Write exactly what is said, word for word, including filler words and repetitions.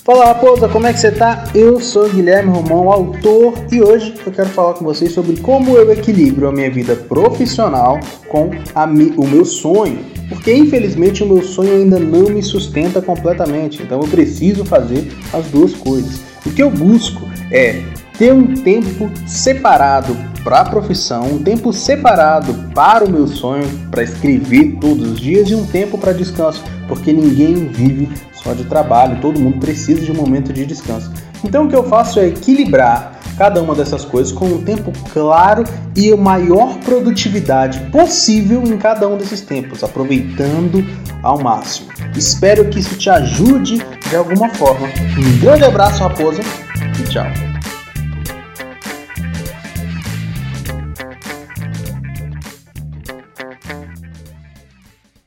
Fala Raposa, como é que você tá? Eu sou Guilherme Romão, autor, e hoje eu quero falar com vocês sobre como eu equilibro a minha vida profissional com a mi- o meu sonho. Porque infelizmente o meu sonho ainda não me sustenta completamente, então eu preciso fazer as duas coisas. O que eu busco é ter um tempo separado para a profissão, um tempo separado para o meu sonho, para escrever todos os dias, e um tempo para descanso, porque ninguém vive só de trabalho, todo mundo precisa de um momento de descanso. Então o que eu faço é equilibrar cada uma dessas coisas com um tempo claro e a maior produtividade possível em cada um desses tempos, aproveitando ao máximo. Espero que isso te ajude de alguma forma. Um grande abraço, Raposa, e tchau!